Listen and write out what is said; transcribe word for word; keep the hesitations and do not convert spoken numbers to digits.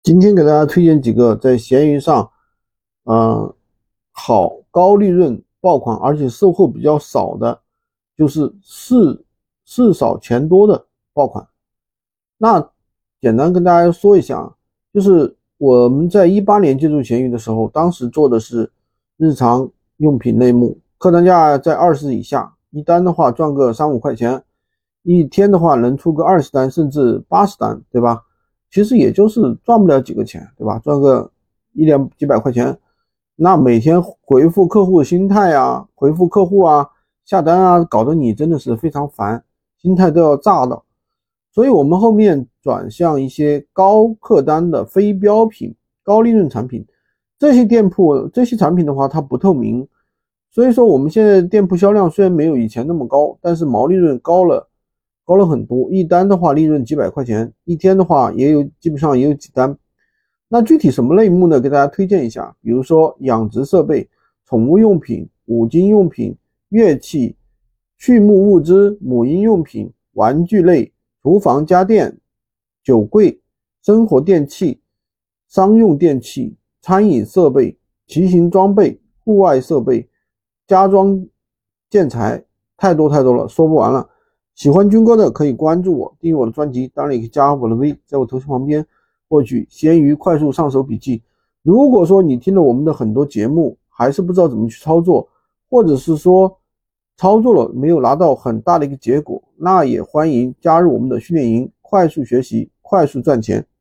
今天给大家推荐几个在闲鱼上，呃，好高利润爆款，而且售后比较少的，就是事事少钱多的爆款。那简单跟大家说一下啊，就是我们在一八年接触闲鱼的时候，当时做的是日常用品类目，客单价在二十以下，一单的话赚个三五块钱，一天的话能出个二十单甚至八十单，对吧？其实也就是赚不了几个钱，对吧？赚个一两几百块钱，那每天回复客户的心态啊，回复客户啊，下单啊，搞得你真的是非常烦，心态都要炸了。所以我们后面转向一些高客单的非标品、高利润产品。这些店铺、这些产品的话，它不透明，所以说我们现在店铺销量虽然没有以前那么高，但是毛利润高了。高了很多，一单的话利润几百块钱，一天的话也有基本上也有几单。那具体什么类目呢？给大家推荐一下，比如说养殖设备、宠物用品、五金用品、乐器、畜牧物资、母婴用品、玩具类、厨房家电、酒柜、生活电器、商用电器、餐饮设备、骑行装备、户外设备、家装建材，太多太多了，说不完了。喜欢军哥的可以关注我，订阅我的专辑，当然也可以加我的 V， 在我头像旁边获取闲鱼快速上手笔记。如果说你听了我们的很多节目还是不知道怎么去操作，或者是说操作了没有拿到很大的一个结果，那也欢迎加入我们的训练营，快速学习，快速赚钱。